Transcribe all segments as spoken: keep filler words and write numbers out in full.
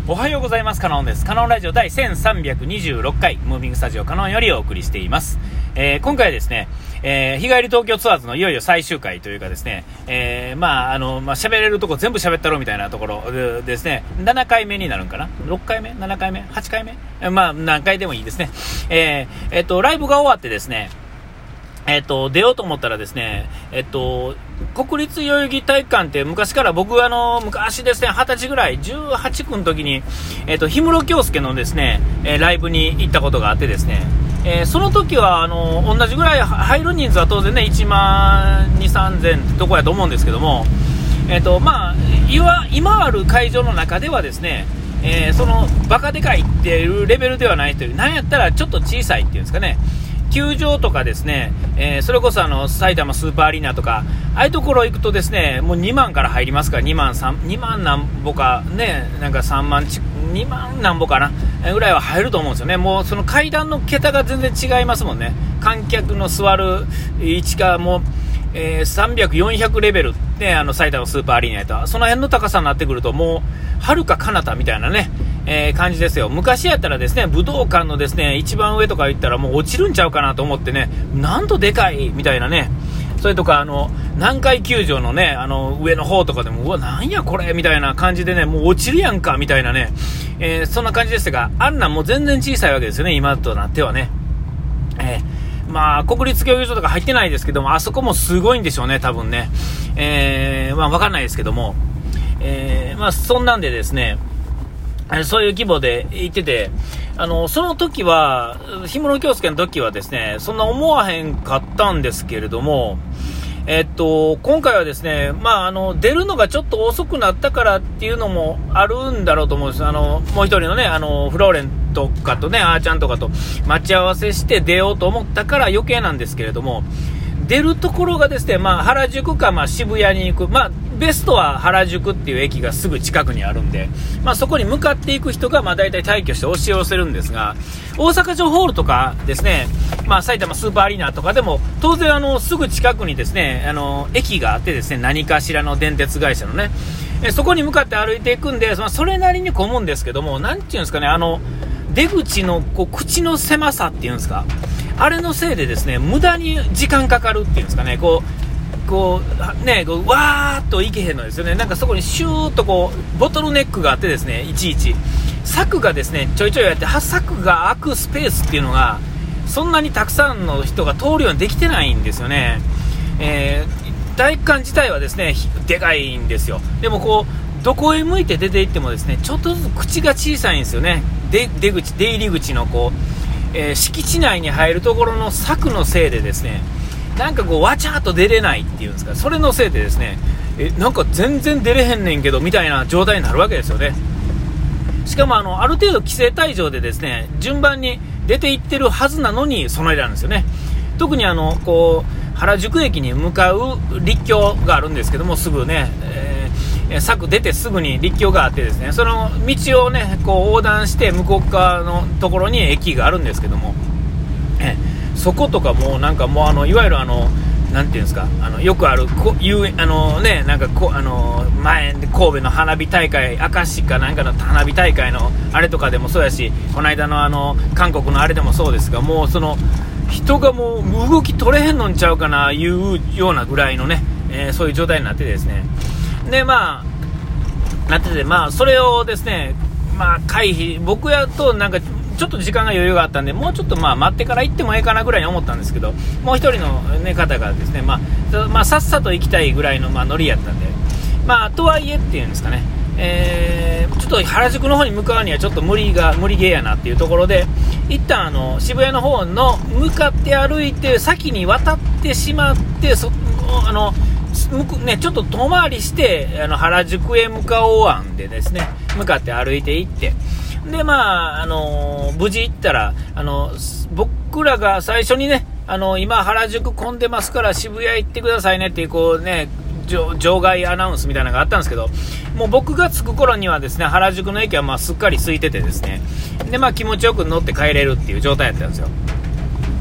おはようございます。カノンです。カノンラジオ第せんさんびゃくにじゅうろっかいムービングスタジオカノンよりお送りしています。えー、今回はですね、えー、日帰り東京ツアーズのいよいよ最終回というかですね、えー、まああのまあ喋れるとこ全部喋ったろうみたいなところでですね、ななかいめになるんかな、ろっかいめ、ななかいめ、はちかいめ、まあ何回でもいいですね。えー、えっとライブが終わってですね。えっと、出ようと思ったらですね、えっと、国立代々木体育館って昔から僕あの、昔ですね、はたちぐらい、じゅうはちくの時に、えっと、氷室京介のですね、えー、ライブに行ったことがあってですね、えー、その時はあの、同じぐらい入る人数は当然ね、いちまんに、さんぜんってとこやと思うんですけども、えっと、まあ、今、今ある会場の中ではですね、えー、その、バカでかいっていうレベルではないという、なんやったらちょっと小さいっていうんですかね、球場とかですね、えー、それこそあの埼玉スーパーアリーナとかああいうところ行くとですね、もうにまんから入りますから、にまんさん、にまんなんぼかね、なんかさんまんち、にまんなんぼかなぐらいは入ると思うんですよね。もうその階段の桁が全然違いますもんね。観客の座る位置がもう、えー、さんびゃく、よんひゃくレベルね、あの埼玉スーパーアリーナやとその辺の高さになってくると、もう遥か彼方みたいなね、えー、感じですよ。昔やったらですね、武道館のですね一番上とか行ったらもう落ちるんちゃうかなと思ってね、なんとでかいみたいなね、それとかあの南海球場のね、あの上の方とかでも、うわなんやこれみたいな感じでね、もう落ちるやんかみたいなね、えー、そんな感じですが、あんなんもう全然小さいわけですよね、今となってはね。えー、まあ国立競技場とか入ってないですけども、あそこもすごいんでしょうね、多分ね。えー、まあ分かんないですけども、えー、まあそんなんでですね、そういう規模で行ってて、あのその時は氷室京介の時はですね、そんな思わへんかったんですけれども、えっと今回はですね、まああの出るのがちょっと遅くなったからっていうのもあるんだろうと思うんです。あのもう一人のね、あのフローレンとかとね、あーちゃんとかと待ち合わせして出ようと思ったから余計なんですけれども、出るところがですね、まあ原宿かまあ渋谷に行く、まあベストは原宿っていう駅がすぐ近くにあるんで、まあ、そこに向かっていく人がまあ大体退去して押し寄せるんですが、大阪城ホールとかですね、まあ、埼玉スーパーアリーナとかでも当然あのすぐ近くにですね、あの駅があってですね、何かしらの電鉄会社のね、えそこに向かって歩いていくんで、まあ、それなりに混むんですけども、なんていうんですかね、あの出口のこう口の狭さっていうんですか、あれのせいでですね、無駄に時間かかるっていうんですかね、こうこうね、こうわーっといけへんのですよね。なんかそこにシューッとこうボトルネックがあってですね、いちいち柵がですねちょいちょいやって、柵が空くスペースっていうのがそんなにたくさんの人が通るようにできてないんですよね。えー、体育館自体はですねでかいんですよ。でもこうどこへ向いて出て行ってもですね、ちょっとずつ口が小さいんですよね。で出口出入り口のこう、えー、敷地内に入るところの柵のせいでですね、なんかこうわちゃーっと出れないっていうんですか、それのせいでですね、えなんか全然出れへんねんけどみたいな状態になるわけですよね。しかもあのある程度規制退場でですね、順番に出ていってるはずなのに備えられるんですよね。特にあのこう原宿駅に向かう陸橋があるんですけども、すぐね、えー、柵出てすぐに陸橋があってですね、その道をねこう横断して向こう側のところに駅があるんですけども、えーそことかもうなんかもうあのいわゆるあのなんていうんですか、あのよくあるこ遊園あのねなんかこあの前神戸の花火大会、明石かなんかの花火大会のあれとかでもそうやし、この間のあの韓国のあれでもそうですが、もうその人がもう動き取れへんのんちゃうかないうようなぐらいのね、えー、そういう状態になってですね、でまあなってて、まあそれをですね、まあ回避、僕やとなんかちょっと時間が余裕があったんで、もうちょっとまあ待ってから行ってもええかなぐらいに思ったんですけど、もう一人の、ね、方がですね、まあまあ、さっさと行きたいぐらいの、まあ、ノリやったんで、まあとはいえっていうんですかね、えー、ちょっと原宿の方に向かうにはちょっと無理が無理ゲーやなっていうところで、一旦あの渋谷の方の向かって歩いて先に渡ってしまって、そあのね、ちょっと遠回りしてあの原宿へ向かおう案でですね、向かって歩いて行って、でまああのー、無事行ったら、あの僕らが最初にね、あの今原宿混んでますから渋谷行ってくださいねっていうこうね場外アナウンスみたいなのがあったんですけど、もう僕が着く頃にはですね、原宿の駅はまあすっかり空いててですね、でまあ気持ちよく乗って帰れるっていう状態だったんですよ。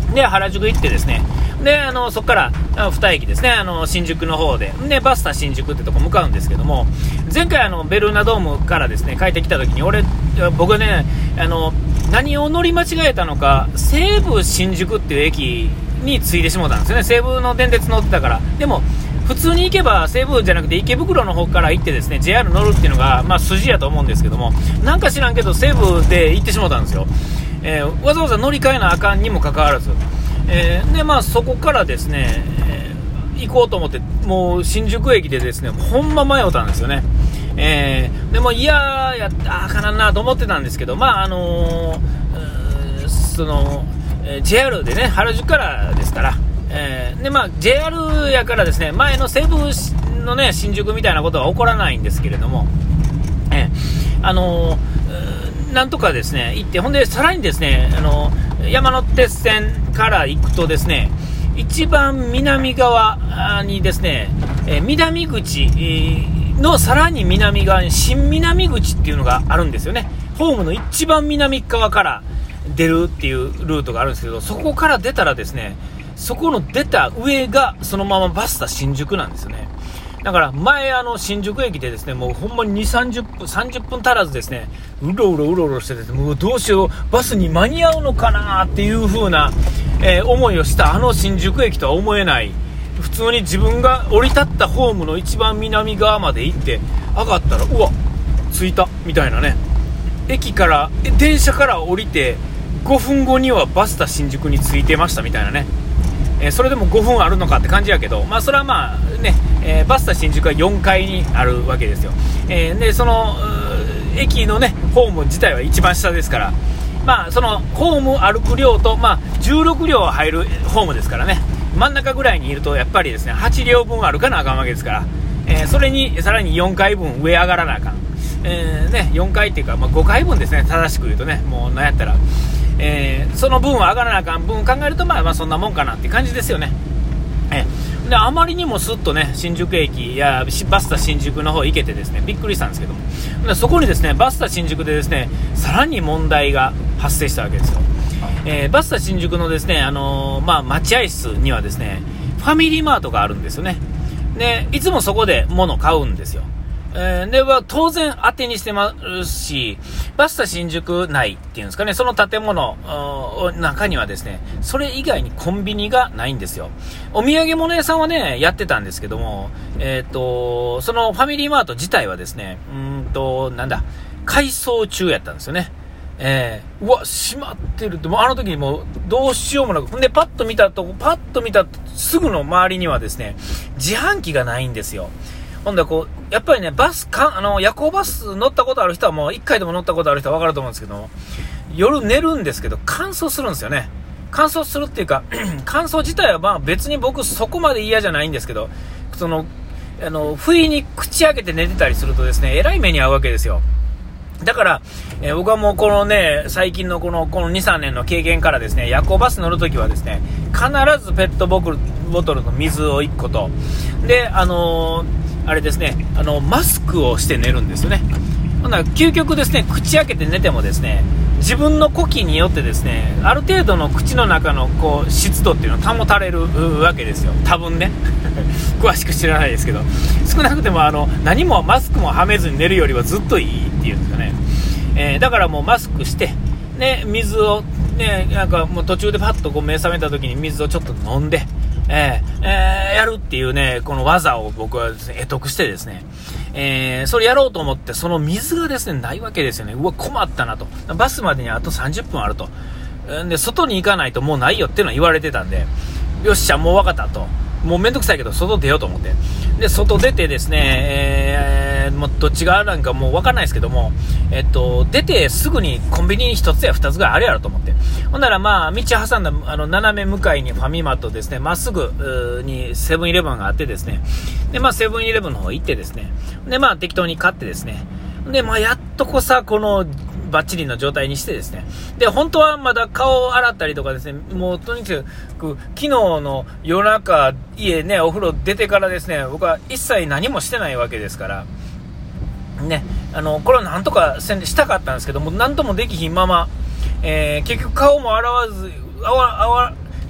で原宿行ってですね、であのそこからに駅ですね、あの新宿の方ででバスタ新宿ってとこ向かうんですけども、前回あのベルーナドームからですね帰ってきた時に俺僕ねあの何を乗り間違えたのか西武新宿っていう駅に着いてしまったんですよね。西武の電鉄乗ってたから。でも普通に行けば西武じゃなくて池袋の方から行ってですね ジェイアール 乗るっていうのがまあ筋やと思うんですけども、なんか知らんけど西武で行ってしまったんですよ。えー、わざわざ乗り換えなあかんにもかかわらず、えー、でまあそこからですね、えー、行こうと思ってもう新宿駅でですねほんま迷ったんですよね。えー、でもいややったあかなんなと思ってたんですけど、まああのー、その、えー、ジェイアール でね原宿からですから、えー、でまあ ジェイアール やからですね前の西武のね新宿みたいなことは起こらないんですけれども、えー、あのー、なんとかですね行って、ほんでさらにですねあの山手線から行くとですね一番南側にですね、えー、南口、えーのさらに南側に新南口っていうのがあるんですよね。ホームの一番南側から出るっていうルートがあるんですけど、そこから出たらですねそこの出た上がそのままバスタ新宿なんですよね。だから前あの新宿駅でですねもうほんまににじゅう、さんじゅっぷんさんじゅっぷん足らずですねうろうろうろうろしてて、もうどうしようバスに間に合うのかなっていう風な、えー、思いをしたあの新宿駅とは思えない、普通に自分が降り立ったホームの一番南側まで行って上がったらうわ着いたみたいなね、駅から電車から降りてごふんごにはバスタ新宿に着いてましたみたいなね、えー、それでもごふんあるのかって感じやけど、まあそれはまあね、えー、バスタ新宿はよんかいにあるわけですよ。えー、でその駅のねホーム自体は一番下ですから、まあそのホーム歩く量とまあじゅうろくりょう入るホームですからね、真ん中ぐらいにいるとやっぱりですねはちりょうぶんあるかなあかんわけですから、えー、それにさらによんかいぶん上上がらなあかん、えーね、よんかいっていうか、まあ、ごかいぶんですね正しく言うとね、もうなんやったら、えー、その分は上がらなあかん分考えるとまあまあそんなもんかなって感じですよね。えー、であまりにもスッとね新宿駅やバスタ新宿の方行けてですねびっくりしたんですけども、でそこにですねバスタ新宿でですねさらに問題が発生したわけですよ。えー、バスタ新宿のですね、あのーまあ、待合室にはですねファミリーマートがあるんですよね。でいつもそこで物を買うんですよ。えー、では当然当てにしてますし、バスタ新宿内っていうんですかね、その建物の中にはですねそれ以外にコンビニがないんですよ。お土産物屋さんはねやってたんですけども、えー、とそのファミリーマート自体はですねうーんとなんだ改装中やったんですよね。えー、うわ閉まってるって、もうあの時にもうどうしようもなく、ほんでパッと見たとパッと見たすぐの周りにはですね自販機がないんですよ。ほんでこうやっぱりねバスかあの夜行バス乗ったことある人はもういっかいでも乗ったことある人は分かると思うんですけど、夜寝るんですけど乾燥するんですよね。乾燥するっていうか乾燥自体はまあ別に僕そこまで嫌じゃないんですけど、そのあの不意に口開けて寝てたりするとですねえらい目に遭うわけですよ。だから、えー、僕はもうこのね最近のこのこの にさんねんの経験からですね夜行バス乗るときはですね必ずペットボトル、ボトルの水をいっことで、あのー、あれですねあのマスクをして寝るんですよね。ほんなら究極ですね口開けて寝てもですね自分の呼気によってですねある程度の口の中のこう湿度っていうのを保たれるわけですよ多分ね詳しく知らないですけど、少なくてもあの何もマスクもはめずに寝るよりはずっといいっていうんですかね。えー、だからもうマスクして、ね、水を、ね、なんかもう途中でパッとこう目覚めた時に水をちょっと飲んで、えーえー、やるっていうねこの技を僕はですね得得してですね、えー、それやろうと思ってその水がですねないわけですよね。うわ困ったなと、バスまでにあとさんじゅっぷんあると、で外に行かないともうないよっていうのは言われてたんで、よっしゃもう分かったと、もうめんどくさいけど外出ようと思って、で外出てですね、えー、もうどっちがなんかもう分かんないですけども、えっと出てすぐにコンビニ一つや二つぐらいあるやろと思って、ほんならまあ道挟んだあの斜め向かいにファミマとですねまっすぐにセブンイレブンがあってですね、でまあセブンイレブンの方行ってですね、でまあ適当に買ってですね、でまあやっとこさこのバッチリの状態にしてですね、で本当はまだ顔を洗ったりとかですね、もうとにかく昨日の夜中家ねお風呂出てからですね僕は一切何もしてないわけですからね、あのこれはなんとかしたかったんですけども何ともできひんまま、えー、結局顔も洗わずあわあわ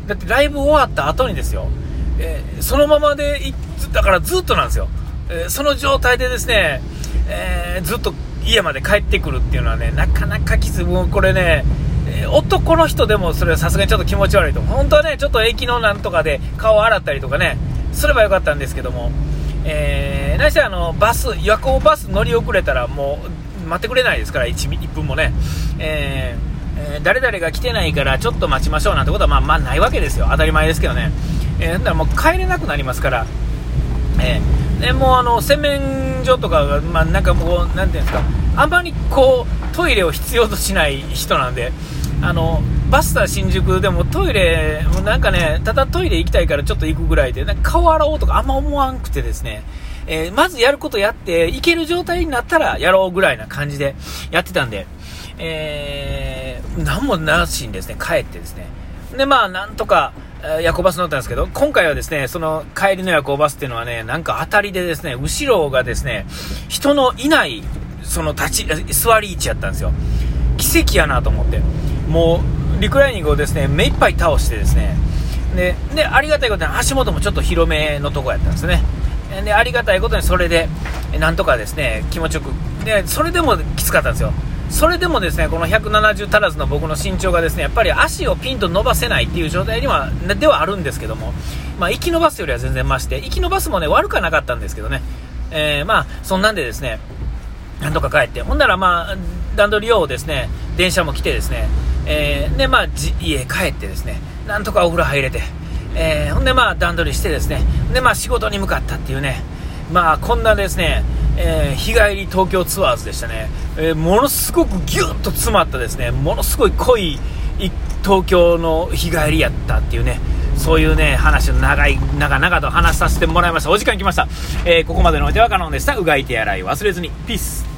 だってライブ終わった後にですよ、えー、そのままでだからずっとなんですよ、えー、その状態でですね、えー、ずっと家まで帰ってくるっていうのはね、なかなかきつい。もうこれね、男の人でもそれはさすがにちょっと気持ち悪いと思う。本当はね、ちょっと駅のなんとかで顔を洗ったりとかねすればよかったんですけども、えー、何せあのバス夜行バス乗り遅れたらもう待ってくれないですから 1, いっぷんもね、えーえー、誰々が来てないからちょっと待ちましょうなんてことはまあまあないわけですよ。当たり前ですけどね、えー、だからもう帰れなくなりますから、えー、でもうあの洗面所とかが、まあ、なんかもうなんていうんですか、あんまりこうトイレを必要としない人なんで、あのバスタ新宿でもトイレもなんかね、ただトイレ行きたいからちょっと行くぐらいで、なんか顔洗おうとかあんま思わんくてですね、えー、まずやることやって行ける状態になったらやろうぐらいな感じでやってたんで、えー、何もなしにですね帰ってですね、でまあなんとか夜行バス乗ったんですけど、今回はですねその帰りの夜行バスっていうのはね、なんか当たりでですね、後ろがですね人のいないその立ち座り位置やったんですよ。奇跡やなと思って、もうリクライニングをですね目いっぱい倒してですね、ででありがたいことに足元もちょっと広めのとこやったんですね。でありがたいことにそれでなんとかですね気持ちよく、でそれでもきつかったんですよ。それでもですねこのひゃくななじゅう足らずの僕の身長がですねやっぱり足をピンと伸ばせないっていう状態にはではあるんですけども、まあ行き伸ばすよりは全然増して、行き伸ばすもね悪くはなかったんですけどね、えー、まあそんなんでですねなんとか帰って、ほんならまあ段取り用ですね電車も来てですね、えー、でまあ家帰ってですねなんとかお風呂入れて、えー、ほんでまあ段取りしてですね、でまあ仕事に向かったっていうね、まあこんなですね、えー、日帰り東京ツアーズでしたね、えー、ものすごくギュッと詰まったですね、ものすごい濃い東京の日帰りやったっていうね、そういうね話を長い長々と話させてもらいました。お時間来ました、えー、ここまでのお手はカノンでした。うがい手洗い忘れずに。ピース。